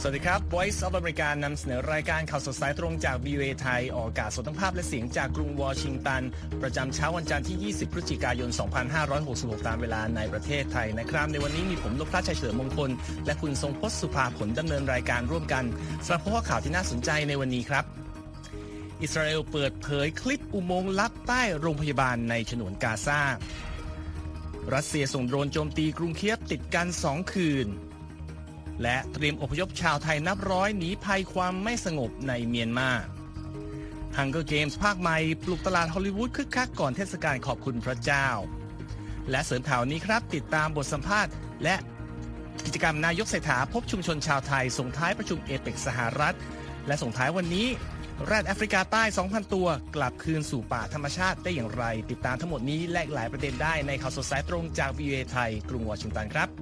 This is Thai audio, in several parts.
สวัสดีครับ Voice of America นำเสนอรายการข่าวสดสายตรงจาก VOA ไทยออกอากาศสดทั้งภาพและเสียงจากกรุงวอชิงตันประจำเช้าวันจันทร์ที่ 20 พฤศจิกายน 2566 ตามเวลาในประเทศไทยนะครับในวันนี้มีผมนพรัตน์ชัยเฉลิมมงคลและคุณทรงพจน์สุภาผลดำเนินรายการร่วมกันสำหรับหัวข่าวที่น่าสนใจในวันนี้ครับอิสราเอลเปิดเผยคลิปอุโมงค์ลับใต้โรงพยาบาลในฉนวนกาซารัสเซียส่งโดรนโจมตีกรุงเคียฟติดกัน2 คืนและเตรียมอพยพชาวไทยนับร้อยหนีภัยความไม่สงบในเมียนมา Hunger Games ภาคใหม่ปลุกตลาดฮอลลีวูดคึกคักก่อนเทศกาลขอบคุณพระเจ้าและเสริมข่าวนี้ครับติดตามบทสัมภาษณ์และกิจกรรมนายกเศรษฐาพบชุมชนชาวไทยส่งท้ายประชุมเอเปกสหรัฐและส่งท้ายวันนี้แรดแอฟริกาใต้ 2,000 ตัวกลับคืนสู่ป่าธรรมชาติได้อย่างไรติดตามทั้งหมดนี้และหลายประเด็นได้ในข่าวสดสายตรงจาก VOA ไทยกรุงวอชิงตันครับ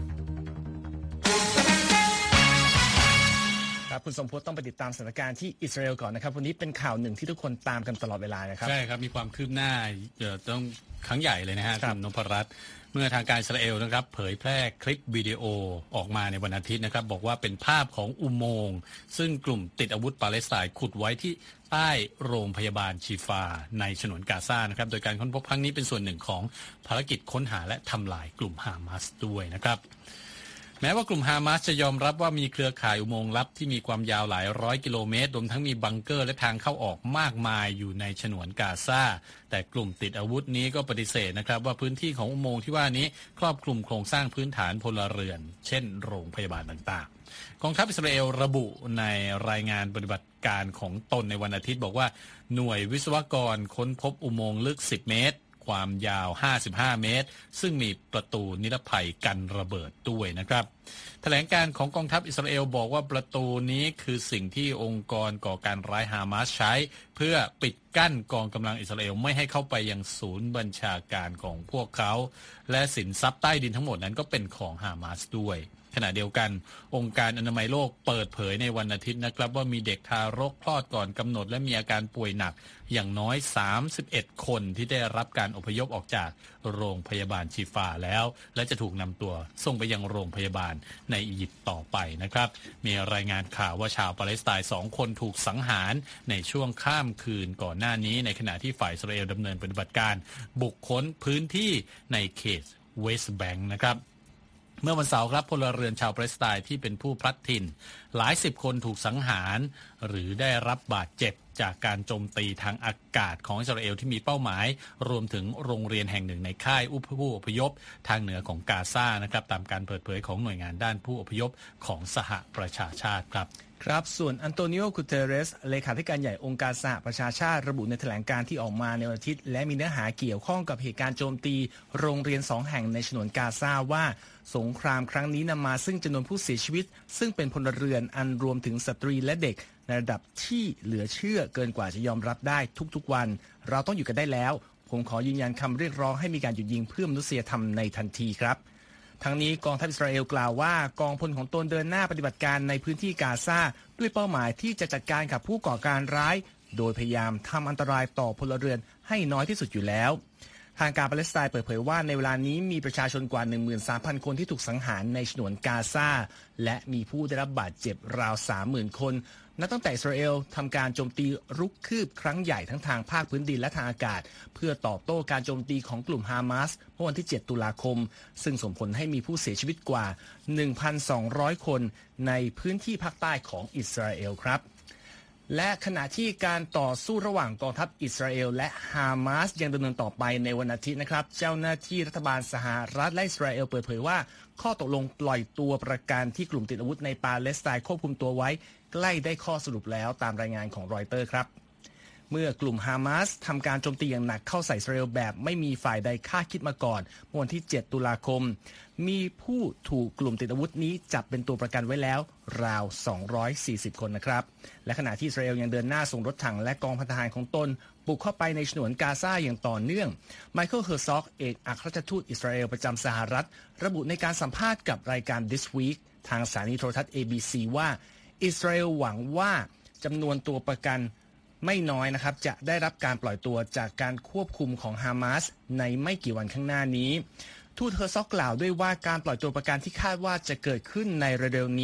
คุณสมพจน์ต้องไปติดตามสถานการณ์ที่อิสราเอลก่อนนะครับวันนี้เป็นข่าวหนึ่งที่ทุกคนตามกันตลอดเวลานะครับใช่ครับมีความคืบหน้าต้องครั้งใหญ่เลยนะฮะคุณนพรัตน์เมื่อทางการอิสราเอลนะครับเผยแพร่คลิปวิดีโอออกมาในวันอาทิตย์นะครับบอกว่าเป็นภาพของอุโมงค์ซึ่งกลุ่มติดอาวุธปาเลสไตน์ขุดไว้ที่ใต้โรงพยาบาลชีฟาในฉนวนกาซานะครับโดยการค้นพบครั้งนี้เป็นส่วนหนึ่งของภารกิจค้นหาและทำลายกลุ่มฮามาสด้วยนะครับแม้ว่ากลุ่มฮามาสจะยอมรับว่ามีเครือข่ายอุโมงค์ลับที่มีความยาวหลายร้อยกิโลเมตรรวมทั้งมีบังเกอร์และทางเข้าออกมากมายอยู่ในฉนวนกาซาแต่กลุ่มติดอาวุธนี้ก็ปฏิเสธนะครับว่าพื้นที่ของอุโมงค์ที่ว่านี้ครอบคลุมโครงสร้างพื้นฐานพลเรือนเช่นโรงพยาบาลต่างๆกองทัพอิสราเอลระบุในรายงานปฏิบัติการของตนในวันอาทิตย์บอกว่าหน่วยวิศวกรค้นพบอุโมงค์ลึก10 เมตรความยาว55 เมตรซึ่งมีประตูนิรภัยกันระเบิดด้วยนะครับแถลงการของกองทัพอิสราเอลบอกว่าประตูนี้คือสิ่งที่องค์กรก่อการร้ายฮามาสใช้เพื่อปิดกั้นกองกำลังอิสราเอลไม่ให้เข้าไปยังศูนย์บัญชาการของพวกเขาและสินทรัพย์ใต้ดินทั้งหมดนั้นก็เป็นของฮามาสด้วยขณะเดียวกันองค์การอนามัยโลกเปิดเผยในวันอาทิตย์นะครับว่ามีเด็กทารกคลอดก่อนกำหนดและมีอาการป่วยหนักอย่างน้อย31 คนที่ได้รับการอพยพออกจากโรงพยาบาลชีฟาแล้วและจะถูกนำตัวส่งไปยังโรงพยาบาลในอียิปต์ต่อไปนะครับมีรายงานข่าวว่าชาวปาเลสไตน์2 คนถูกสังหารในช่วงข้ามคืนก่อนหน้านี้ในขณะที่ฝ่ายอิสราเอลดำเนินปฏิบัติการบุกค้นพื้นที่ในเขตเวสต์แบงค์นะครับเมื่อวันเสาร์ครับพลเรือนชาวปาเลสไตน์ที่เป็นผู้พลัดถิ่นหลาย10 คนถูกสังหารหรือได้รับบาดเจ็บจากการโจมตีทางอากาศของอิสราเอลที่มีเป้าหมายรวมถึงโรงเรียนแห่งหนึ่งในค่ายผู้อพยพทางเหนือของกาซานะครับตามการเปิดเผยของหน่วยงานด้านผู้อพยพของสหประชาชาติครับส่วนอันโตนิโอ กูเตเรสเลขาธิการใหญ่องค์การสหประชาชาติระบุในแถลงการที่ออกมาในวันอาทิตย์และมีเนื้อหาเกี่ยวข้องกับเหตุการณ์โจมตีโรงเรียน2 แห่งในฉนวนกาซาว่าสงครามครั้งนี้นำมาซึ่งจำนวนผู้เสียชีวิตซึ่งเป็นพลเรือนอันรวมถึงสตรีและเด็กในระดับที่เหลือเชื่อเกินกว่าจะยอมรับได้ทุกๆวันเราต้องอยู่กันได้แล้วผมขอยืนยันคำเรียกร้องให้มีการหยุดยิงเพื่อมนุษยธรรมในทันทีครับทั้งนี้กองทัพอิสราเอลกล่าวว่ากองพลของตนเดินหน้าปฏิบัติการในพื้นที่กาซาด้วยเป้าหมายที่จะจัดการกับผู้ก่อการร้ายโดยพยายามทำอันตรายต่อพลเรือนให้น้อยที่สุดอยู่แล้วทางการปาเลสไตน์เปิดเผยว่าในเวลานี้มีประชาชนกว่า 13,000 คนที่ถูกสังหารในฉนวนกาซาและมีผู้ได้รับบาดเจ็บราว 30,000 คนนับตั้งแต่อิสราเอลทำการโจมตีรุกคืบครั้งใหญ่ทั้งทางภาคพื้นดินและทางอากาศเพื่อตอบโต้การโจมตีของกลุ่มฮามาสเมื่อวันที่ 7 ตุลาคมซึ่งส่งผลให้มีผู้เสียชีวิตกว่า 1,200 คนในพื้นที่ภาคใต้ของอิสราเอลครับและขณะที่การต่อสู้ระหว่างกองทัพอิสราเอลและฮามาสยังดำเนินต่อไปในวันอาทิตย์นะครับเจ้าหน้าที่รัฐบาลสหรัฐและอิสราเอลเปิดเผยว่าข้อตกลงปล่อยตัวประกันที่กลุ่มติดอาวุธในปาเลสไตน์ควบคุมตัวไว้ใกล้ได้ข้อสรุปแล้วตามรายงานของรอยเตอร์ครับเมื่อกลุ่มฮามาสทำการโจมตีอย่างหนักเข้าใส่อิสราเอลแบบไม่มีฝ่ายใดคาดคิดมาก่อนเมื่อวันที่ 7 ตุลาคมมีผู้ถูกกลุ่มติดอาวุธนี้จับเป็นตัวประกันไว้แล้วราว 240 คนนะครับและขณะที่อิสราเอลยังเดินหน้าส่งรถถังและกองพันทหารของตนบุกเข้าไปในฉนวนกาซาอย่างต่อเนื่องไมเคิล เฮอร์ซอกเอกอัครราชทูตอิสราเอลประจำสหรัฐระบุในการสัมภาษณ์กับรายการ This Week ทางสถานีโทรทัศน์ ABC ว่าอิสราเอลหวังว่าจำนวนตัวประกันไม่น้อยนะครับจะได้รับการปล่อยตัวจากการควบคุมของฮามาสในไม่กี่วันข้างหน้านี้ ทูตเฮอร์ซอกกล่าวด้วยว่าการปล่อยตัวประกันที่คาดว่าจะเกิดขึ้นในเร็วๆนี้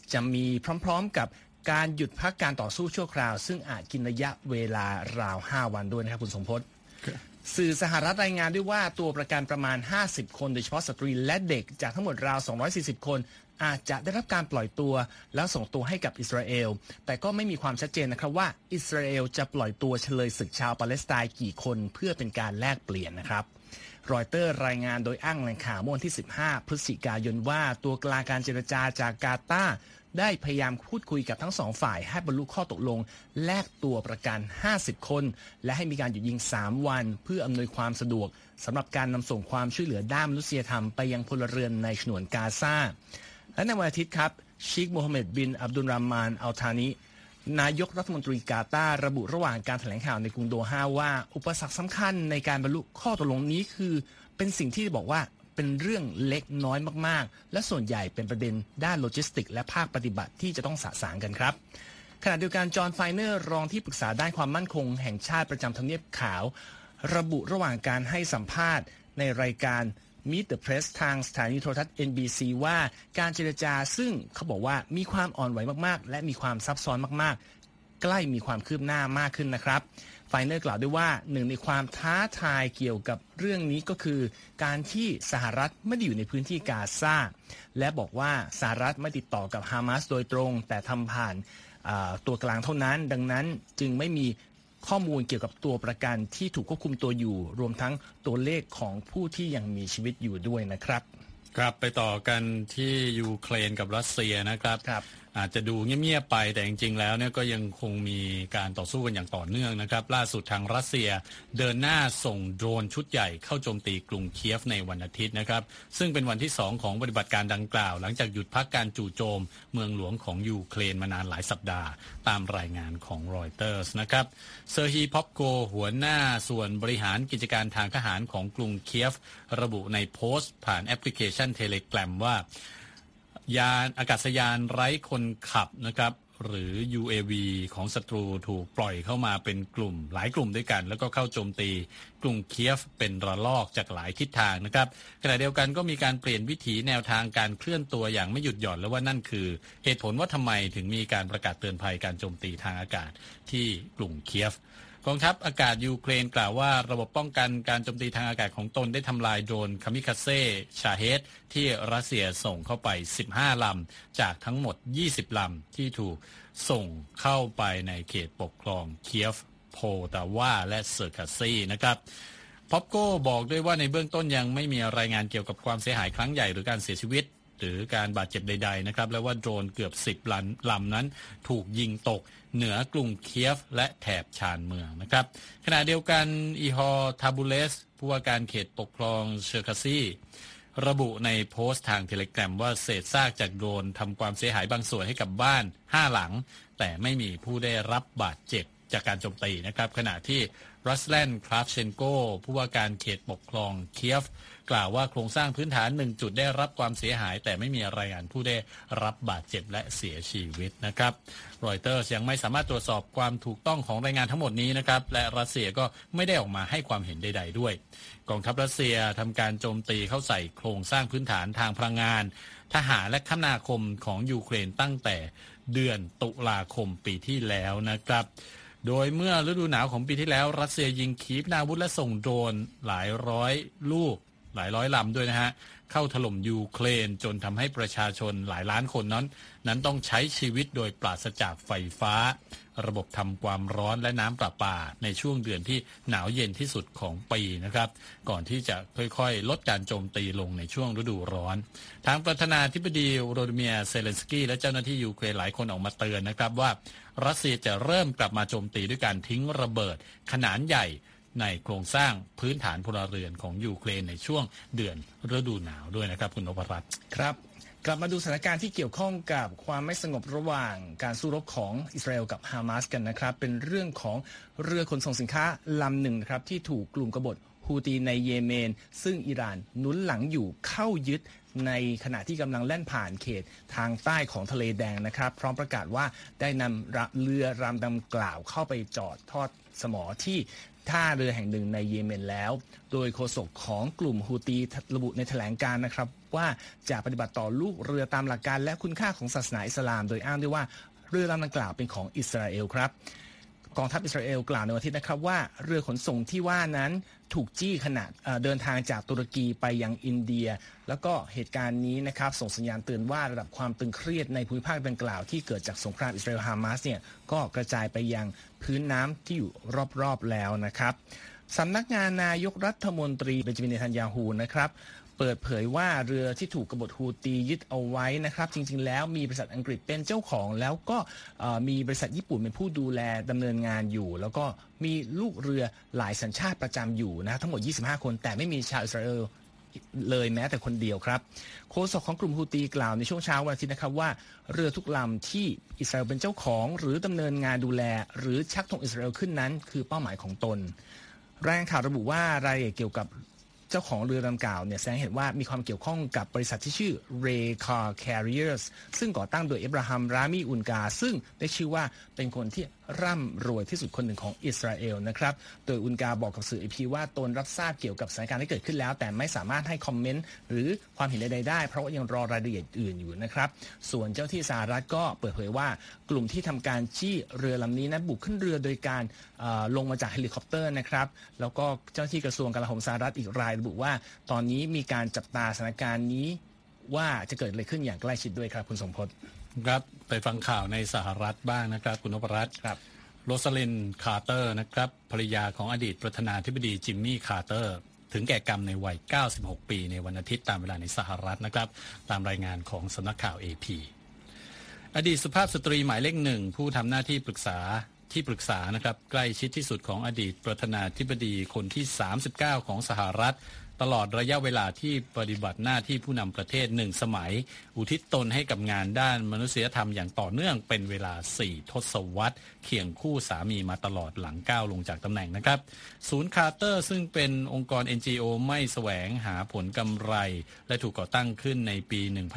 จะมีพร้อมๆกับการหยุดพักการต่อสู้ชั่วคราวซึ่งอาจกินระยะเวลาราว5 วันด้วยนะครับคุณสมพศสื่อสหรัฐรายงานด้วยว่าตัวประกันประมาณ50 คนโดยเฉพาะสตรีและเด็กจากทั้งหมดราว240 คนอาจจะได้รับการปล่อยตัวแล้วส่งตัวให้กับอิสราเอลแต่ก็ไม่มีความชัดเจนนะครับว่าอิสราเอลจะปล่อยตัวเฉลยศึกชาวปาเลสไตน์กี่คนเพื่อเป็นการแลกเปลี่ยนนะครับรอยเตอร์รายงานโดยอ้างแหล่งข่าวเมื่อวันที่15 พฤศจิกายนว่าตัวกลางการเจรจาจากกาตาร์ได้พยายามพูดคุยกับทั้ง2 ฝ่ายให้บรรลุข้อตกลงแลกตัวประกัน50 คนและให้มีการหยุดยิง3 วันเพื่ออำนวยความสะดวกสำหรับการนำส่งความช่วยเหลือด้านมนุษยธรรมไปยังพลเรือนในฉนวนกาซาและในวันอาทิตย์ครับชีคโมฮัมเหม็ดบินอับดุลรามานอัลธานีนายกรัฐมนตรีกาตาร์ระบุระหว่างการแถลงข่าวในกรุงโดฮาว่าอุปสรรคสำคัญในการบรรลุข้อตกลงนี้คือเป็นสิ่งที่บอกว่าเป็นเรื่องเล็กน้อยมากๆและส่วนใหญ่เป็นประเด็นด้านโลจิสติกและภาคปฏิบัติที่จะต้องสะสางกันครับขณะเดียวกันจอห์นไฟเนอร์รองที่ปรึกษาด้านความมั่นคงแห่งชาติประจำทำเนียบขาวระบุระหว่างการให้สัมภาษณ์ในรายการ Meet the Press ทางสถานีโทรทัศน์ NBC ว่าการเจรจาซึ่งเขาบอกว่ามีความอ่อนไหวมากๆและมีความซับซ้อนมากๆใกล้มีความคืบหน้ามากขึ้นนะครับไฟเนอร์กล่าวด้วยว่าหนึ่งในความท้าทายเกี่ยวกับเรื่องนี้ก็คือการที่สหรัฐไม่ได้อยู่ในพื้นที่กาซาและบอกว่าสหรัฐไม่ติดต่อกับฮามาสโดยตรงแต่ทำผ่านตัวกลางเท่านั้นดังนั้นจึงไม่มีข้อมูลเกี่ยวกับตัวประกันที่ถูกควบคุมตัวอยู่รวมทั้งตัวเลขของผู้ที่ยังมีชีวิตอยู่ด้วยนะครับครับไปต่อกันที่ยูเครนกับรัสเซียนะครับอาจจะดูเงียบๆไปแต่จริงๆแล้วเนี่ยก็ยังคงมีการต่อสู้กันอย่างต่อเนื่องนะครับล่าสุดทางรัสเซียเดินหน้าส่งโดรนชุดใหญ่เข้าโจมตีกรุงเคียฟในวันอาทิตย์นะครับซึ่งเป็นวันที่2ของปฏิบัติการดังกล่าวหลังจากหยุดพักการจู่โจมเมืองหลวงของยูเครนมานานหลายสัปดาห์ตามรายงานของรอยเตอร์สนะครับเซอร์ฮีพอปโกหัวหน้าส่วนบริหารกิจการทางทหารของกรุงเคียฟระบุในโพสต์ผ่านแอปพลิเคชัน Telegram ว่ายานอากาศยานไร้คนขับนะครับหรือ UAV ของศัตรูถูกปล่อยเข้ามาเป็นกลุ่มหลายกลุ่มด้วยกันแล้วก็เข้าโจมตีกรุงเคียฟเป็นระลอกจากหลายทิศทางนะครับขณะเดียวกันก็มีการเปลี่ยนวิถีแนวทางการเคลื่อนตัวอย่างไม่หยุดหย่อนและว่านั่นคือเหตุผลว่าทำไมถึงมีการประกาศเตือนภัยการโจมตีทางอากาศที่กรุงเคียฟกองทัพอากาศยูเครนกล่าวว่าระบบป้องกันการโจมตีทางอากาศของตนได้ทำลายโดรนคามิคาเซ่ชาเฮดที่รัสเซียส่งเข้าไป15 ลำจากทั้งหมด20 ลำที่ถูกส่งเข้าไปในเขตปกครองเคียฟโพตาวาและเซอร์คาซีนะครับพอปโกบอกด้วยว่าในเบื้องต้นยังไม่มีรายงานเกี่ยวกับความเสียหายครั้งใหญ่หรือการเสียชีวิตหรือการบาดเจ็บใดๆนะครับและว่าโดรนเกือบ10 ลำนั้นถูกยิงตกเหนือกรุงเคียฟและแถบชานเมืองนะครับขณะเดียวกันอีฮอทาบูเลสผู้ว่าการเขตปกครองเชอร์คาซีระบุในโพสต์ทางเทเลแกรมว่าเศษซากจากโดรนทำความเสียหายบางส่วนให้กับบ้าน5 หลังแต่ไม่มีผู้ได้รับบาดเจ็บจากการโจมตีนะครับขณะที่รัสแลนคราฟเชนโกผู้ว่าการเขตปกครองเคียฟกล่าวว่าโครงสร้างพื้นฐาน1 จุดได้รับความเสียหายแต่ไม่มีรายงานผู้ได้รับบาดเจ็บและเสียชีวิตนะครับรอยเตอร์ยังไม่สามารถตรวจสอบความถูกต้องของรายงานทั้งหมดนี้นะครับและรัสเซียก็ไม่ได้ออกมาให้ความเห็นใดๆด้วยกองทัพรัสเซียทำการโจมตีเข้าใส่โครงสร้างพื้นฐานทางพลังงานทหารและคมนาคมของยูเครนตั้งแต่เดือนตุลาคมปีที่แล้วนะครับโดยเมื่อฤดูหนาวของปีที่แล้วรัสเซียยิงขีปนาวุธและส่งโดรนหลายร้อยลูกหลายร้อยลำด้วยนะฮะเข้าถล่มยูเครนจนทำให้ประชาชนหลายล้านคนนั้นต้องใช้ชีวิตโดยปราศจากไฟฟ้าระบบทำความร้อนและน้ำประปาในช่วงเดือนที่หนาวเย็นที่สุดของปีนะครับก่อนที่จะค่อยๆลดการโจมตีลงในช่วงฤดูร้อนทางประธานาธิบดีโรดิเมียร์เซเลนสกี้และเจ้าหน้าที่ยูเครนหลายคนออกมาเตือนนะครับว่ารัสเซียจะเริ่มกลับมาโจมตีด้วยการทิ้งระเบิดขนาดใหญ่ในโครงสร้างพื้นฐานพลเรือนของยูเครนในช่วงเดือนฤดูหนาวด้วยนะครับคุณนพรัตน์ครับกลับมาดูสถานการณ์ที่เกี่ยวข้องกับความไม่สงบระหว่างการสู้รบของอิสราเอลกับฮามาสกันนะครับเป็นเรื่องของเรือขนส่งสินค้าลำหนึ่งนะครับที่ถูกกลุ่มกบฏฮูตีในเยเมนซึ่งอิหร่านหนุนหลังอยู่เข้ายึดในขณะที่กำลังแล่นผ่านเขตทางใต้ของทะเลแดงนะครับพร้อมประกาศว่าได้นำเรือลำดังกล่าวเข้าไปจอดทอดสมอที่ท่าเรือแห่งหนึ่งในเยเมนแล้วโดยโฆษกของกลุ่มฮูตีระบุในแถลงการณ์นะครับว่าจะปฏิบัติต่อลูกเรือตามหลักการและคุณค่าของศาสนาอิสลามโดยอ้างด้วยว่าเรือลำดังกล่าวเป็นของอิสราเอลครับกองทัพอิสราเอลกล่าวในวันอาทิตย์นะครับว่าเรือขนส่งที่ว่านั้นถูกจี้ขณะเดินทางจากตุรกีไปยังอินเดียแล้วก็เหตุการณ์นี้นะครับส่งสัญญาณเตือนว่าระดับความตึงเครียดในภูมิภาคดังกล่าวที่เกิดจากสงครามอิสราเอลฮามาสเนี่ยก็กระจายไปยังพื้นน้ำที่อยู่รอบๆแล้วนะครับสำนักงานนายกรัฐมนตรีเบนจามิน เนทันยาฮูนะครับเปิดเผยว่าเรือที่ถูกกบฏฮูตียึดเอาไว้นะครับจริงๆแล้วมีบริษัทอังกฤษเป็นเจ้าของแล้วก็มีบริษัทญี่ปุ่นเป็นผู้ดูแลดำเนินงานอยู่แล้วก็มีลูกเรือหลายสัญชาติประจำอยู่นะทั้งหมด25คนแต่ไม่มีชาวอิสราเอลเลยแม้แต่คนเดียวครับโฆษกของกลุ่มฮูตีกล่าวในช่วงเช้าวันอาทิตย์นะครับว่าเรือทุกลำที่อิสราเอลเป็นเจ้าของหรือดำเนินงานดูแลหรือชักธงอิสราเอลขึ้นนั้นคือเป้าหมายของตนรายงานข่าวระบุว่ารายละเอียดเกี่ยวกับเจ้าของเรือลำกล่าวเนี่ยแสดงเห็นว่ามีความเกี่ยวข้องกับบริษัทที่ชื่อ Ray Car Carriers ซึ่งก่อตั้งโดยเอบราฮัม รามีอุนกาซึ่งได้ชื่อว่าเป็นคนที่ร่ำรวยที่สุดคนหนึ่งของอิสราเอลนะครับโดยอุนกาบอกกับสื่อ AP ว่าตนรับทราบเกี่ยวกับสถานการณ์ที่เกิดขึ้นแล้วแต่ไม่สามารถให้คอมเมนต์หรือความเห็นใดๆได้เพราะว่ายังรอรายละเอียดอื่นอยู่นะครับส่วนเจ้าที่สหรัฐก็เปิดเผยว่ากลุ่มที่ทำการจี้เรือลำนี้นั้นบุกขึ้นเรือโดยการลงมาจากเฮลิคอปเตอร์นะครับแล้วก็เจ้าที่กระทรวงกลาโหมสหรัฐอีกรายระบุว่าตอนนี้มีการจับตาสถานการณ์นี้ว่าจะเกิดอะไรขึ้นอย่างใกล้ชิดด้วยครับคุณสมพศครับไปฟังข่าวในสหรัฐบ้างนะครับคุณนพรัตน์ครับโรซาลินคาร์เตอร์นะครับภรรยาของอดีตประธานาธิบดีจิมมี่คาร์เตอร์ถึงแก่กรรมในวัย96ปีในวันอาทิตย์ตามเวลาในสหรัฐนะครับตามรายงานของสำนักข่าว AP อดีตสุภาพสตรีหมายเลขหนึ่งผู้ทำหน้าที่ปรึกษานะครับใกล้ชิดที่สุดของอดีตประธานาธิบดีคนที่39ของสหรัฐตลอดระยะเวลาที่ปฏิบัติหน้าที่ผู้นำประเทศ1สมัยอุทิศตนให้กับงานด้านมนุษยธรรมอย่างต่อเนื่องเป็นเวลา4ทศวรรษเคียงคู่สามีมาตลอดหลังก้าวลงจากตำแหน่งนะครับศูนย์คาร์เตอร์ซึ่งเป็นองค์กร NGO ไม่แสวงหาผลกำไรและถูกก่อตั้งขึ้นในปี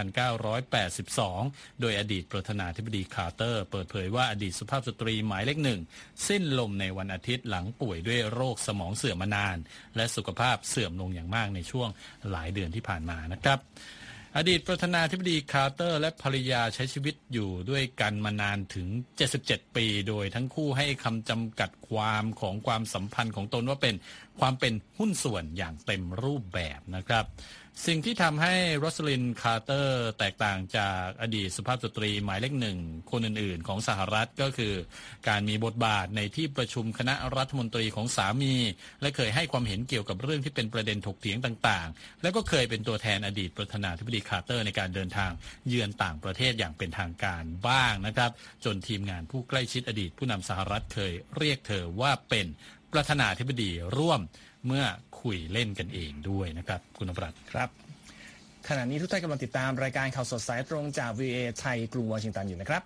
1982 โดยอดีตประธานาธิบดีคาร์เตอร์เปิดเผยว่าอดีตสุภาพสตรีหมายเลขหนึ่งสิ้นลมในวันอาทิตย์หลังป่วยด้วยโรคสมองเสื่อมมานานและสุขภาพเสื่อมลงอย่างมากในช่วงหลายเดือนที่ผ่านมานะครับอดีตประธานาธิบดีคาร์เตอร์และภรรยาใช้ชีวิตอยู่ด้วยกันมานานถึง77ปีโดยทั้งคู่ให้คำจำกัดความของความสัมพันธ์ของตนว่าเป็นความเป็นหุ้นส่วนอย่างเต็มรูปแบบนะครับสิ่งที่ทำให้โรสลินคาร์เตอร์แตกต่างจากอดีตสุภาพสตรีหมายเลขหนึ่งคนอื่นๆของสหรัฐก็คือการมีบทบาทในที่ประชุมคณะรัฐมนตรีของสามีและเคยให้ความเห็นเกี่ยวกับเรื่องที่เป็นประเด็นถกเถียงต่างๆและก็เคยเป็นตัวแทนอดีตประธานาธิบดีคาร์เตอร์ในการเดินทางเยือนต่างประเทศอย่างเป็นทางการบ้างนะครับจนทีมงานผู้ใกล้ชิดอดีตผู้นำสหรัฐเคยเรียกเธอว่าเป็นประธานาธิบดีร่วมเมื่อคุยเล่นกันเองด้วยนะครับคุณนพรัตน์ครับขณะนี้ทุกท่านกำลังติดตามรายการข่าวสดสายตรงจาก VOA ไทยกรุงวอชิงตันอยู่นะครับ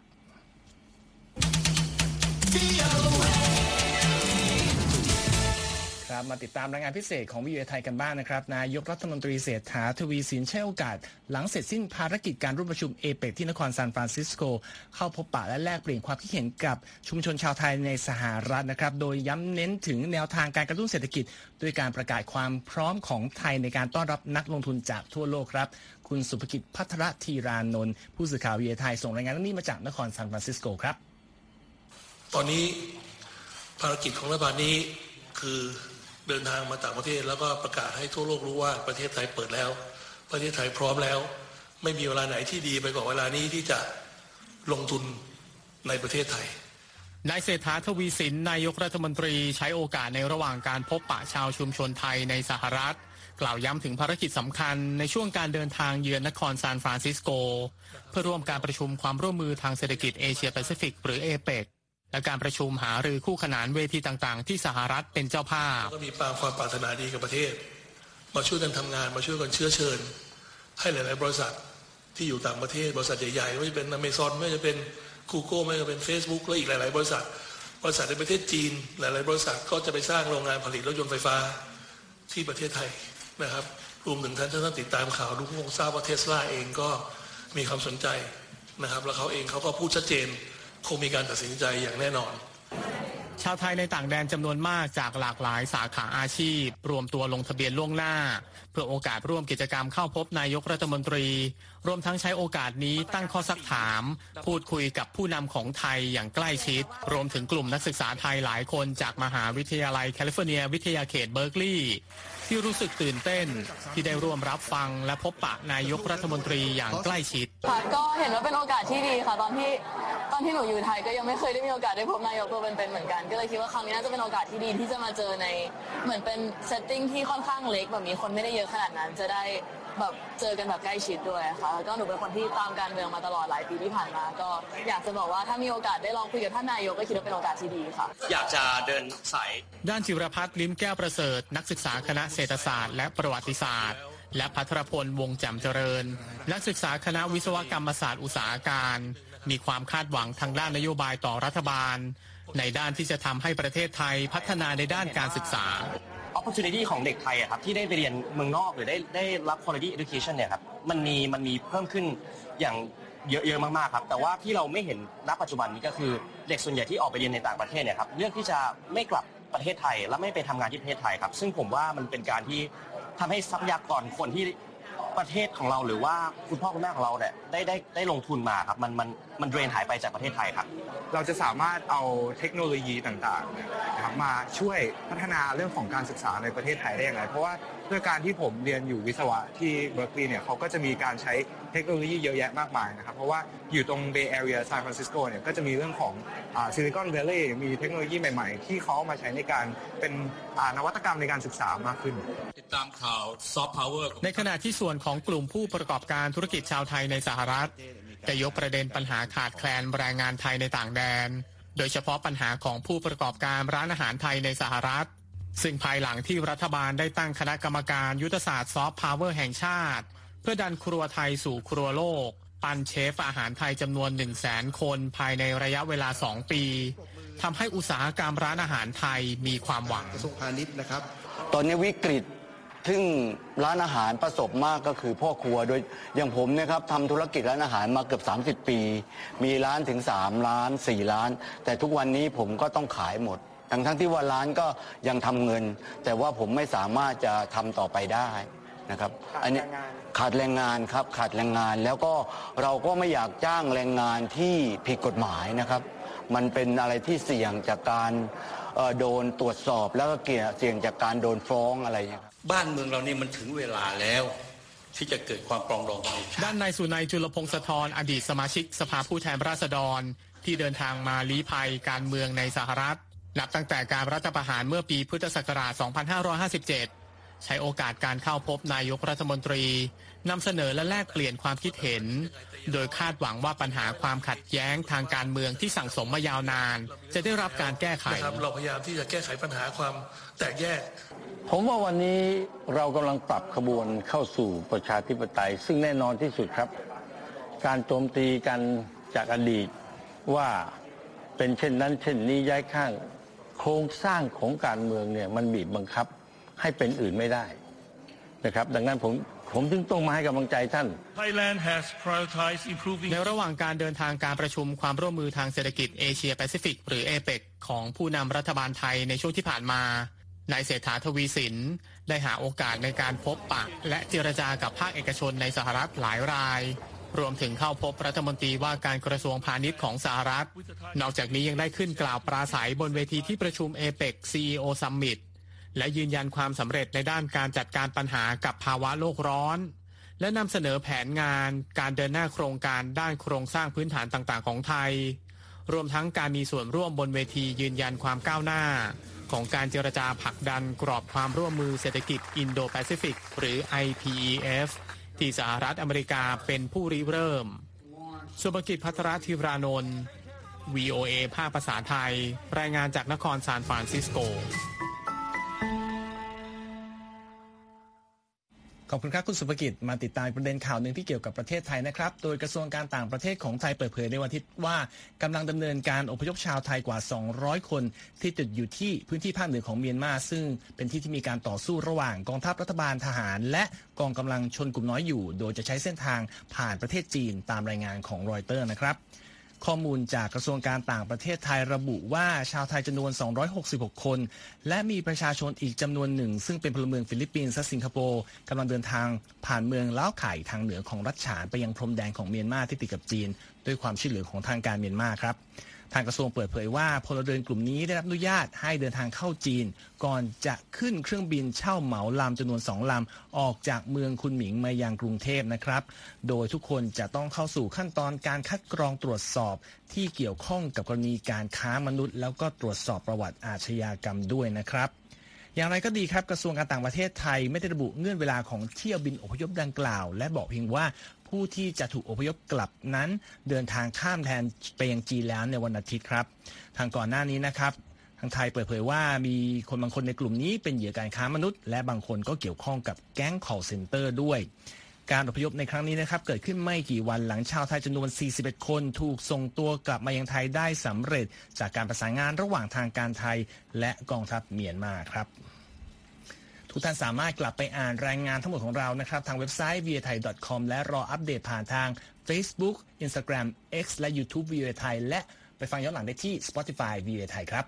ครับมาติดตามรายงานพิเศษของ VOA ไทยกันบ้างนะครับนายกรัฐมนตรีเศรษฐาทวีสินใช้โอกาสหลังเสร็จสิ้นภารกิจการร่วมประชุมเอเปกที่นครซานฟรานซิสโกเข้าพบปะและแลกเปลี่ยนความคิดเห็นกับชุมชนชาวไทยในสหรัฐนะครับโดยย้ำเน้นถึงแนวทางการกระตุ้นเศรษฐกิจด้วยการประกาศความพร้อมของไทยในการต้อนรับนักลงทุนจากทั่วโลกครับคุณสุภกิจภัทรธีรานนท์ผู้สื่อข่าว VOA ไทยส่งรายงานเรื่องนี้มาจากนครซานฟรานซิสโกครับตอนนี้ภารกิจของรัฐบาลนี้คือเดินทางมาต่างประเทศแล้วก็ประกาศให้ทั่วโลกรู้ว่าประเทศไทยเปิดแล้วประเทศไทยพร้อมแล้วไม่มีเวลาไหนที่ดีไปกว่าเวลานี้ที่จะลงทุนในประเทศไทยนายเศรษฐาทวีสินนายกรัฐมนตรีใช้โอกาสในระหว่างการพบปะชาวชุมชนไทยในสหรัฐกล่าวย้ำถึงภารกิจสำคัญในช่วงการเดินทางเยือนนครซานฟรานซิสโกเพื่อร่วมการประชุมความร่วมมือทางเศรษฐกิจเอเชียแปซิฟิกหรือเอเปกและการประชุมหารือคู่ขนานเวทีต่างๆที่สหรัฐเป็นเจ้าภาพก็มีความปรารถนาดีกับประเทศมาช่วยกันทำงานมาช่วยกันเชื้อเชิญให้หลายๆบริษัทที่อยู่ต่างประเทศบริษัทใหญ่ๆไม่ว่าจะเป็น Amazon ไม่ว่าจะเป็น Google ไม่ว่าจะเป็น Facebook และอีกหลายๆบริษัทในประเทศจีนหลายๆบริษัทก็จะไปสร้างโรงงานผลิตรถยนต์ไฟฟ้าที่ประเทศไทยนะครับรวมถึงท่านติดตามข่าวดูคงทราบว่า Tesla เองก็มีความสนใจนะครับแล้วเขาเองเขาก็พูดชัดเจนคงมีการตัดสินใจอย่างแน่นอนชาวไทยในต่างแดนจำนวนมากจากหลากหลายสาขาอาชีพรวมตัวลงทะเบียนล่วงหน้าเพื่อโอกาสร่วมกิจกรรมเข้าพบนายกรัฐมนตรีรวมทั้งใช้โอกาสนี้ตั้งข้อซักถามพูดคุยกับผู้นำของไทยอย่างใกล้ชิดรวมถึงกลุ่มนักศึกษาไทยหลายคนจากมหาวิทยาลัยแคลิฟอร์เนียวิทยาเขตเบิร์กลีย์ที่รู้สึกตื่นเต้นที่ได้ร่วมรับฟังและพบปะนายกรัฐมนตรีอย่างใกล้ชิดค่ะก็เห็นว่าเป็นโอกาสที่ดีค่ะตอนที่หนูอยู่ไทยก็ยังไม่เคยได้มีโอกาสได้พบนายกตัวเป็นๆเหมือนกันก็เลยคิดว่าครั้งนี้น่าจะเป็นโอกาสที่ดีที่จะมาเจอในเหมือนเป็นเซตติ้งที่ค่อนข้างเล็กแบบมีคนไม่ได้เยอะขนาดนั้นจะได้แบบเจอกันแบบใกล้ชิดด้วยค่ะก็หนูเป็นคนที่ตามการเมืองมาตลอดหลายปีที่ผ่านมาก็อยากจะบอกว่าถ้ามีโอกาสได้ลองคุยกับท่านนายกก็คิดว่าเป็นโอกาสที่ดีค่ะอยากจะเดินสายด้านจิรพัฒน์ลิ้มแก้วประเสริฐนักศึกษาคณะเศรษฐศาสตร์และประวัติศาสตร์และภัทรพลวงแจ่มเจริญนักศึกษาคณะวิศวกรรมศาสตร์อุตสาหการมีความคาดหวังทางด้านนโยบายต่อรัฐบาลในด้านที่จะทำให้ประเทศไทยพัฒนาในด้านการศึกษา opportunity ของเด็กไทยครับที่ได้ไปเรียนเมืองนอกหรือได้รับ quality education เนี่ยครับมันมีเพิ่มขึ้นอย่างเยอะมากๆครับแต่ว่าที่เราไม่เห็นณปัจจุบันนี้ก็คือเด็กส่วนใหญ่ที่ออกไปเรียนในต่างประเทศเนี่ยครับเลือกที่จะไม่กลับประเทศไทยและไม่ไปทำงานที่ประเทศไทยครับซึ่งผมว่ามันเป็นการที่ทำให้ทรัพยากรคนที่ประเทศของเราหรือว่าคุณพ่อคุณแม่ของเราเนี่ยได้ลงทุนมาครับมันเดรนหายไปจากประเทศไทยครับเราจะสามารถเอาเทคโนโลยีต่างๆนะครับมาช่วยพัฒนาเรื่องของการศึกษาในประเทศไทยได้ยังไงเพราะว่าด้วยการที่ผมเรียนอยู่วิศวะที่เบิร์กลีย์เนี่ยเขาก็จะมีการใช้เทคโนโลยีเยอะแยะมากมายนะครับเพราะว่าอยู่ตรงเบย์แอเรียซานฟรานซิสโกเนี่ยก็จะมีเรื่องของซิลิคอนแวลลีย์มีเทคโนโลยีใหม่ๆที่เขามาใช้ในการเป็นนวัตกรรมในการศึกษามากขึ้นติดตามข่าวซอฟต์พาวเวอร์ในขณะที่ส่วนของกลุ่มผู้ประกอบการธุรกิจชาวไทยในสหรัฐจะยกประเด็นปัญหาขาดแคลนแรงงานไทยในต่างแดนโดยเฉพาะปัญหาของผู้ประกอบการร้านอาหารไทยในสหรัฐซึ่งภายหลังที่รัฐบาลได้ตั้งคณะกรรมการยุทธศาสตร์ซอฟต์พาวเวอร์แห่งชาติเพื่อดันครัวไทยสู่ครัวโลกปั้นเชฟอาหารไทยจำนวน 100,000 คนภายในระยะเวลา2ปีทำให้อุตสาหกรรมร้านอาหารไทยมีความหวังกระทรวงพาณิชย์นะครับตอนนี้วิกฤตซึ่งร้านอาหารประสบมากก็คือพ่อครัวโดยอย่างผมนะครับทำธุรกิจร้านอาหารมาเกือบ30 ปีมีร้านถึง3ล้าน4ล้านแต่ทุกวันนี้ผมก็ต้องขายหมดทั้งที่ว่าร้านก็ยังทำเงินแต่ว่าผมไม่สามารถจะทำต่อไปได้นะครับอันนี้ขาดแรงงานครับขาดแรงงานแล้วก็เราก็ไม่อยากจ้างแรงงานที่ผิดกฎหมายนะครับมันเป็นอะไรที่เสี่ยงจากการโดนตรวจสอบแล้วก็เสี่ยงจากการโดนฟ้องอะไรอย่างนี้บ้านเมืองเรานี่มันถึงเวลาแล้วที่จะเกิดความปรองดองกันด้านนายสุนัยจุลพงศธรอดีตสมาชิกสภาผู้แทนราษฎรที่เดินทางมาลี้ภัยการเมืองในสหรัฐนับตั้งแต่การรัฐประหารเมื่อปีพุทธศักราช 2557 ใช้โอกาสการเข้าพบนายกรัฐมนตรีนำเสนอและแลกเปลี่ยนความคิดเห็นโดยคาดหวังว่าปัญหาความขัดแย้งทางการเมืองที่สั่งสมมายาวนานจะได้รับการแก้ไขเราพยายามที่จะแก้ไขปัญหาความแตกแยกผมว่าวันนี้เรากำลังปรับขบวนเข้าสู่ประชาธิปไตยซึ่งแน่นอนที่สุดครับการโจมตีกันจากอดีตว่าเป็นเช่นนั้นเช่นนี้ย้ายข้างโครงสร้างของการเมืองเนี่ยมันบีบบังคับให้เป็นอื่นไม่ได้นะครับดังนั้นผมจึงต้องมาให้กำลังใจท่านในระหว่างการเดินทางการประชุมความร่วมมือทางเศรษฐกิจเอเชียแปซิฟิกหรือเอเปกของผู้นำรัฐบาลไทยในช่วงที่ผ่านมานายเศรษฐาทวีสินได้หาโอกาสในการพบปะและเจรจากับภาคเอกชนในสหรัฐหลายรายรวมถึงเข้าพบรัฐมนตรีว่าการกระทรวงพาณิชย์ของสหรัฐนอกจากนี้ยังได้ขึ้นกล่าวปราศัยบนเวทีที่ประชุมเอเปก CEO Summit และยืนยันความสำเร็จในด้านการจัดการปัญหากับภาวะโลกร้อนและนำเสนอแผนงานการเดินหน้าโครงการด้านโครงสร้างพื้นฐานต่างๆของไทยรวมทั้งการมีส่วนร่วมบนเวทียืนยันความก้าวหน้าของการเจรจาผลักดันกรอบความร่วมมือเศรษฐกิจอินโดแปซิฟิกหรือ IPEF ที่สหรัฐอเมริกาเป็นผู้ริเริ่มสุภกิจภัทรธีรานนท์ VOA ภาคภาษาไทยรายงานจากนครซานฟรานซิสโกขอบคุณครับคุณสุภกิจมาติดตามประเด็นข่าวหนึ่งที่เกี่ยวกับประเทศไทยนะครับโดยกระทรวงการต่างประเทศของไทยเปิดเผยในวันอาทิตย์ว่ากำลังดำเนินการอพยพชาวไทยกว่า200คนที่ติดอยู่ที่พื้นที่ภาคเหนือของเมียนมาซึ่งเป็นที่ที่มีการต่อสู้ระหว่างกองทัพรัฐบาลทหารและกองกำลังชนกลุ่มน้อยอยู่โดยจะใช้เส้นทางผ่านประเทศจีนตามรายงานของรอยเตอร์นะครับข้อมูลจากกระทรวงการต่างประเทศไทยระบุว่าชาวไทยจำนวน266คนและมีประชาชนอีกจำนวนหนึ่งซึ่งเป็นพลเมืองฟิลิปปินส์และสิงคโปร์กำลังเดินทางผ่านเมืองล้าวไข่ทางเหนือของรัฐฉานไปยังพรมแดนของเมียนมาที่ติดกับจีนด้วยความช่วยเหลือของทางการเมียนมาครับทางกระทรวงเปิดเผยว่าพลเรือนกลุ่มนี้ได้รับอนุญาตให้เดินทางเข้าจีนก่อนจะขึ้นเครื่องบินเช่าเหมาลำจำนวน2ลำออกจากเมืองคุนหมิงมายังกรุงเทพนะครับโดยทุกคนจะต้องเข้าสู่ขั้นตอนการคัดกรองตรวจสอบที่เกี่ยวข้องกับกรณีการค้ามนุษย์แล้วก็ตรวจสอบประวัติอาชญากรรมด้วยนะครับอย่างไรก็ดีครับกระทรวงการต่างประเทศไทยไม่ได้ระบุเงื่อนเวลาของเที่ยวบินอพยพดังกล่าวและบอกเพียงว่าผู้ที่จะถูกอพยพกลับนั้นเดินทางข้ามแดนไปยังจีนแล้วในวันอาทิตย์ครับทางก่อนหน้านี้นะครับทางไทยเปิดเผยว่ามีคนบางคนในกลุ่มนี้เป็นเหยื่อการค้ามนุษย์และบางคนก็เกี่ยวข้องกับแก๊ง call center ด้วยการอพยพในครั้งนี้นะครับเกิดขึ้นไม่กี่วันหลังชาวไทยจำนวน41คนถูกส่งตัวกลับมายังไทยได้สำเร็จจากการประสานงานระหว่างทางการไทยและกองทัพเมียนมาครับทุกท่านสามารถกลับไปอ่านรายงานทั้งหมดของเรานะครับทางเว็บไซต์ viathai.com และรออัปเดตผ่านทาง Facebook Instagram X และ YouTube VOA Thai และไปฟังย้อนหลังได้ที่ Spotify VOA Thai ครับ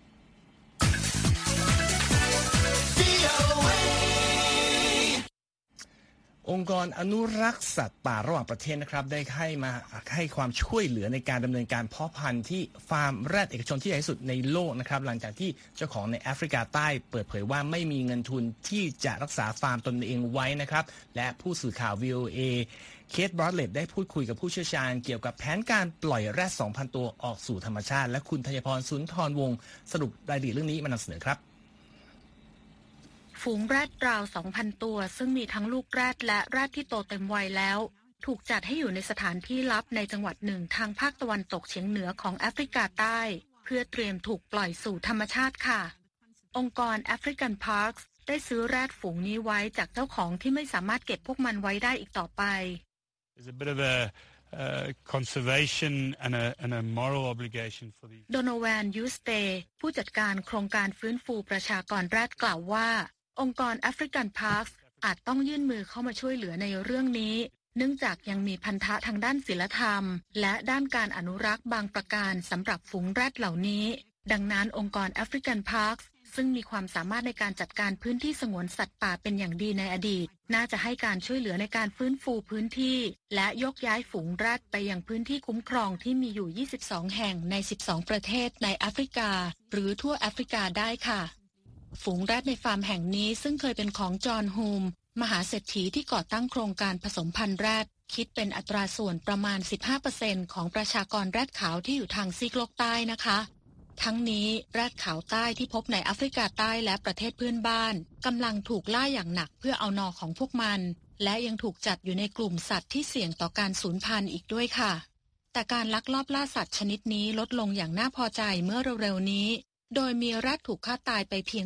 องค์กรอนุรักษ์สัตว์ป่าระหว่างประเทศนะครับได้ให้ความช่วยเหลือในการดำเนินการเพาะพันธุ์ที่ฟาร์มแรดเอกชนที่ใหญ่ที่สุดในโลกนะครับหลังจากที่เจ้าของในแอฟริกาใต้เปิดเผยว่าไม่มีเงินทุนที่จะรักษาฟาร์มตนเองไว้นะครับและผู้สื่อข่าว VOA เคทบรอดเลตได้พูดคุยกับผู้เชี่ยวชาญเกี่ยวกับแผนการปล่อยแรด 2,000 ตัวออกสู่ธรรมชาติและคุณธัญพรสุนทรวงศ์สรุปรายละเอียดเรื่องนี้มานำเสนอครับฝูงแรดราว 2,000 ตัวซึ่งมีทั้งลูกแรดและแรดที่โตเต็มวัยแล้วถูกจัดให้อยู่ในสถานที่ลับในจังหวัดหนึ่งทางภาคตะวันตกเฉียงเหนือของแอฟริกาใต้เพื่อเตรียมถูกปล่อยสู่ธรรมชาติค่ะองค์กร African Parks ได้ซื้อแรดฝูงนี้ไว้จากเจ้าของที่ไม่สามารถเก็บพวกมันไว้ได้อีกต่อไป conservation and a moral obligation for the โดโนแวนยูสเตผู้จัดการโครงการฟื้นฟูประชากรแรดกล่าวว่าองค์กร African Parks อาจต้องยื่นมือเข้ามาช่วยเหลือในเรื่องนี้เนื่องจากยังมีพันธะทางด้านศีลธรรมและด้านการอนุรักษ์บางประการสำหรับฝูงแรดเหล่านี้ดังนั้นองค์กร African Parks ซึ่งมีความสามารถในการจัดการพื้นที่สงวนสัตว์ป่าเป็นอย่างดีในอดีตน่าจะให้การช่วยเหลือในการฟื้นฟูพื้นที่และยกย้ายฝูงแรดไปยังพื้นที่คุ้มครองที่มีอยู่22แห่งใน12ประเทศในแอฟริกาหรือทั่วแอฟริกาได้ค่ะฝูงแรดในฟาร์มแห่งนี้ซึ่งเคยเป็นของจอห์นฮูมมหาเศรษฐีที่ก่อตั้งโครงการผสมพันธุ์แรดคิดเป็นอัตราส่วนประมาณ 15% ของประชากรแรดขาวที่อยู่ทางซีกโลกใต้นะคะทั้งนี้แรดขาวใต้ที่พบในแอฟริกาใต้และประเทศเพื่อนบ้านกำลังถูกล่าอย่างหนักเพื่อเอานอของพวกมันและยังถูกจัดอยู่ในกลุ่มสัตว์ที่เสี่ยงต่อการสูญพันธุ์อีกด้วยค่ะแต่การลักลอบล่าสัตว์ชนิดนี้ลดลงอย่างน่าพอใจเมื่อเร็วๆนี้โดยมีแรดถูกฆ่าตายไปเพียง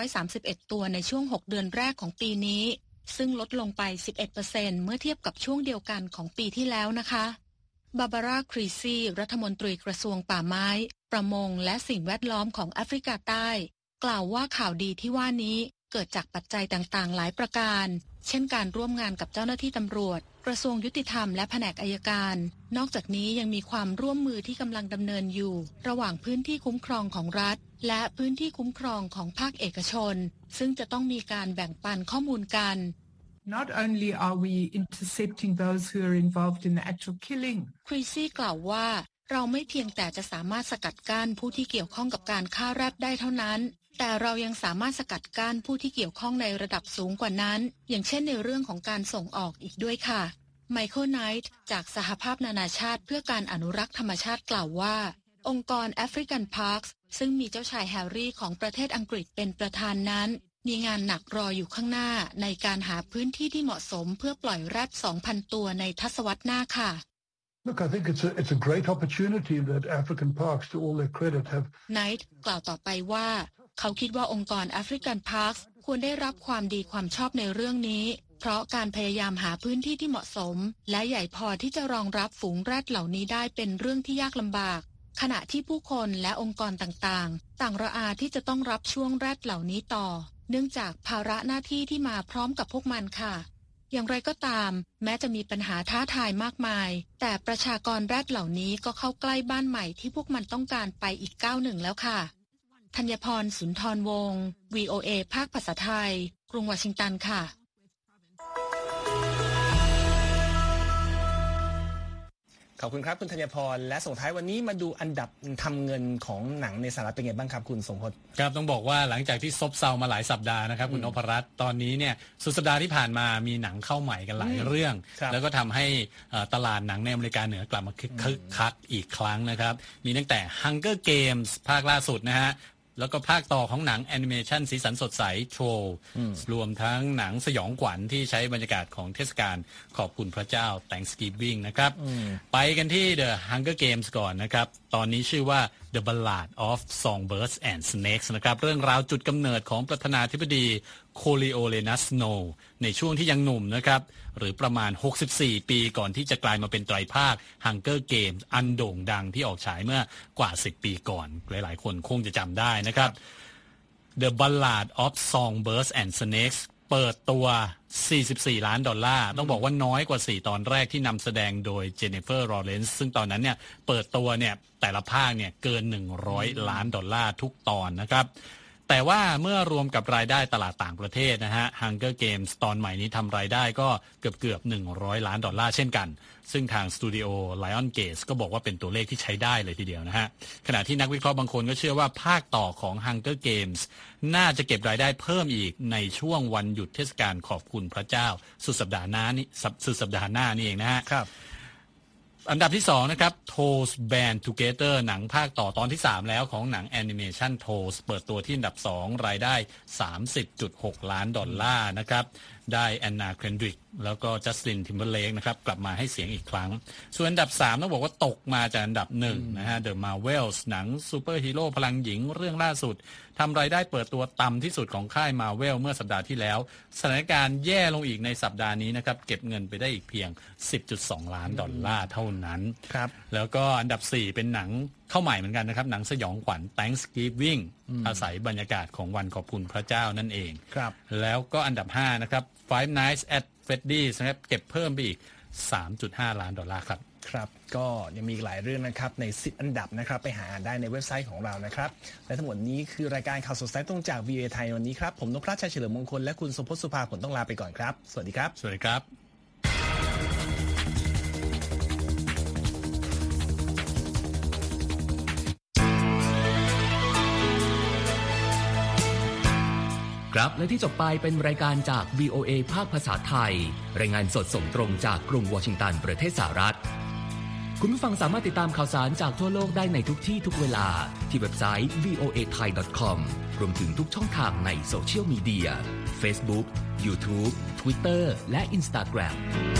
231ตัวในช่วง6เดือนแรกของปีนี้ซึ่งลดลงไป 11% เมื่อเทียบกับช่วงเดียวกันของปีที่แล้วนะคะบาบาร่าครีซีรัฐมนตรีกระทรวงป่าไม้ประมงและสิ่งแวดล้อมของแอฟริกาใต้กล่าวว่าข่าวดีที่ว่านี้เกิดจากปัจจัยต่างๆหลายประการเช่นการร่วมงานกับเจ้าหน้าที่ตำรวจกระทรวงยุติธรรมและแผนกอัยการนอกจากนี้ยังมีความร่วมมือที่กำลังดำเนินอยู่ระหว่างพื้นที่คุ้มครองของรัฐและพื้นที่คุ้มครองของภาคเอกชนซึ่งจะต้องมีการแบ่งปันข้อมูลกัน Not only are we intercepting those who are involved in the actual killing ครีซี่กล่าวว่าเราไม่เพียงแต่จะสามารถสกัดกั้นผู้ที่เกี่ยวข้องกับการฆ่าแรดได้เท่านั้นแต่เรายังสามารถสกัดกั้นผู้ที่เกี่ยวข้องในระดับสูงกว่านั้นอย่างเช่นในเรื่องของการส่งออกอีกด้วยค่ะไมเคิลไนท์จากสหภาพนานาชาติเพื่อการอนุรักษ์ธรรมชาติกล่าวว่าองค์กร African Parks ซึ่งมีเจ้าชายแฮร์รี่ของประเทศอังกฤษเป็นประธานนั้นมีงานหนักรออยู่ข้างหน้าในการหาพื้นที่ที่เหมาะสมเพื่อปล่อยแรด 2,000 ตัวในทศวรรษหน้าค่ะ Look, I think it's a great opportunity that African Parks, to all their credit, have. Knight กล่าวต่อไปว่าเขาคิดว่าองค์กร African Parks ควรได้รับความดีความชอบในเรื่องนี้เพราะการพยายามหาพื้นที่ที่เหมาะสมและใหญ่พอที่จะรองรับฝูงแรดเหล่านี้ได้เป็นเรื่องที่ยากลำบากขณะที่ผู้คนและองค์กรต่างๆต่างระอาที่จะต้องรับช่วงแรดเหล่านี้ต่อเนื่องจากภาระหน้าที่ที่มาพร้อมกับพวกมันค่ะอย่างไรก็ตามแม้จะมีปัญหาท้าทายมากมายแต่ประชากรแรดเหล่านี้ก็เข้าใกล้บ้านใหม่ที่พวกมันต้องการไปอีกก้าวหนึ่งแล้วค่ะธัญพร สุนทรวงศ์ VOA ภาคภาษาไทยกรุงวอชิงตันค่ะขอบคุณครับคุณธัญพรและส่งท้ายวันนี้มาดูอันดับทำเงินของหนังในสหรัฐเป็นไงบ้างครับคุณสมพศครับต้องบอกว่าหลังจากที่ซบเซามาหลายสัปดาห์นะครับคุณนพรัตน์ตอนนี้เนี่ยสุดสัปดาห์ที่ผ่านมามีหนังเข้าใหม่กันหลายเรื่องแล้วก็ทำให้ตลาดหนังในอเมริกาเหนือกลับมาคึกคักอีกครั้งนะครับมีตั้งแต่ Hunger Games ภาคล่าสุดนะฮะแล้วก็ภาคต่อของหนังแอนิเมชันสีสันสดใสโทรรวมทั้งหนังสยองขวัญที่ใช้บรรยากาศของเทศกาลขอบคุณพระเจ้า Thanksgiving นะครับไปกันที่ The Hunger Games ก่อนนะครับตอนนี้ชื่อว่า The Ballad of Songbirds and Snakes นะครับเรื่องราวจุดกำเนิดของประธานาธิบดีโคลิโอเลนัสโนในช่วงที่ยังหนุ่มนะครับหรือประมาณ64ปีก่อนที่จะกลายมาเป็นไตรภาค Hunger Games อันโด่งดังที่ออกฉายเมื่อกว่า10ปีก่อนหลายๆคนคงจะจำได้นะครับ The Ballad of Songbirds and Snakes เปิดตัว$44 ล้านต้องบอกว่าน้อยกว่า4ตอนแรกที่นำแสดงโดยเจนนิเฟอร์ลอเรนซ์ซึ่งตอนนั้นเนี่ยเปิดตัวเนี่ยแต่ละภาคเนี่ยเกิน$100 ล้านทุกตอนนะครับแต่ว่าเมื่อรวมกับรายได้ตลาดต่างประเทศนะฮะ Hunger Games ตอนใหม่นี้ทำรายได้ก็เกือบ$100 ล้านเช่นกันซึ่งทางสตูดิโอ Lionsgate ก็บอกว่าเป็นตัวเลขที่ใช้ได้เลยทีเดียวนะฮะขณะที่นักวิเคราะห์บางคนก็เชื่อว่าภาคต่อของ Hunger Games น่าจะเก็บรายได้เพิ่มอีกในช่วงวันหยุดเทศกาลขอบคุณพระเจ้าสุดสัปดาห์หน้านี่เองนะฮะอันดับที่2นะครับ Toes Band Together หนังภาคต่อตอนที่3แล้วของหนังแอนิเมชัน Toes เปิดตัวที่อันดับ2รายได้$30.6 ล้านนะครับได้แอนนาเครนดริกแล้วก็จัสตินทิมเบอร์เลกนะครับกลับมาให้เสียงอีกครั้งส่วนอันดับ3ต้องบอกว่าตกมาจากอันดับ1นะฮะ The Marvels หนังซูเปอร์ฮีโร่พลังหญิงเรื่องล่าสุดทำรายได้เปิดตัวต่ำที่สุดของค่าย Marvel เมื่อสัปดาห์ที่แล้วสถานการณ์แย่ลงอีกในสัปดาห์นี้นะครับเก็บเงินไปได้อีกเพียง$10.2 ล้านเท่านั้นครับแล้วก็อันดับ4เป็นหนังเข้าใหม่เหมือนกันนะครับหนังสยองขวัญ Thanksgiving อาศัยบรรยากาศของวันขอบคุณพระเจ้านั่นเองครับแล้วก็อันดับ5นะครับ Five Nights at Freddy's นะครับเก็บเพิ่มไปอีก$3.5 ล้านครับครับก็ยังมีอีกหลายเรื่องนะครับใน10อันดับนะครับไปหาอ่านได้ในเว็บไซต์ของเรานะครับและทั้งหมดนี้คือรายการข่าวสดสายตรงจาก VOA ไทยวันนี้ครับผมนพรัชชัยเฉลิมมงคลและคุณสมพศสุภาผลต้องลาไปก่อนครับสวัสดีครับสวัสดีครับครับและที่จบไปเป็นรายการจาก VOA ภาคภาษาไทยรายงานสดส่งตรงจากกรุงวอชิงตันประเทศสหรัฐคุณผู้ฟังสามารถติดตามข่าวสารจากทั่วโลกได้ในทุกที่ทุกเวลาที่เว็บไซต์ voathai.com รวมถึงทุกช่องทางในโซเชียลมีเดีย Facebook, YouTube, Twitter และ Instagram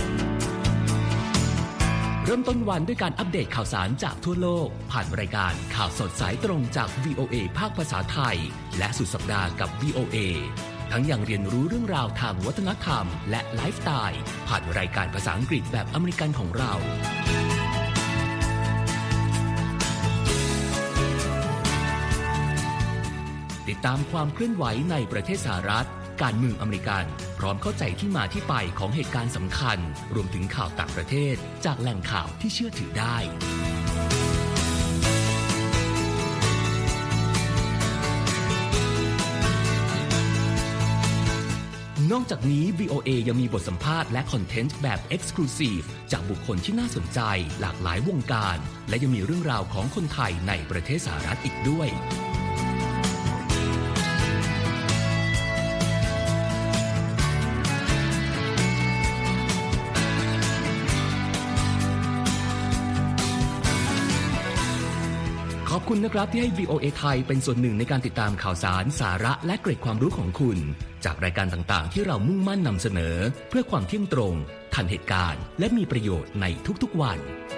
เริ่มต้นวันด้วยการอัปเดตข่าวสารจากทั่วโลกผ่านรายการข่าวสดสายตรงจาก VOA ภาคภาษาไทยและสุดสัปดาห์กับ VOA ทั้งยังเรียนรู้เรื่องราวทางวัฒนธรรมและไลฟ์สไตล์ผ่านรายการภาษาอังกฤษแบบอเมริกันของเราติดตามความเคลื่อนไหวในประเทศสหรัฐการเมืองอเมริกันพร้อมเข้าใจที่มาที่ไปของเหตุการณ์สำคัญรวมถึงข่าวต่างประเทศจากแหล่งข่าวที่เชื่อถือได้นอกจากนี้ VOA ยังมีบทสัมภาษณ์และคอนเทนต์แบบ Exclusive จากบุคคลที่น่าสนใจหลากหลายวงการและยังมีเรื่องราวของคนไทยในประเทศสหรัฐอีกด้วยขอบคุณนะครับที่ให้ VOA ไทยเป็นส่วนหนึ่งในการติดตามข่าวสารสาระและเกร็ดความรู้ของคุณจากรายการต่างๆที่เรามุ่งมั่นนำเสนอเพื่อความเที่ยงตรงทันเหตุการณ์และมีประโยชน์ในทุกๆวัน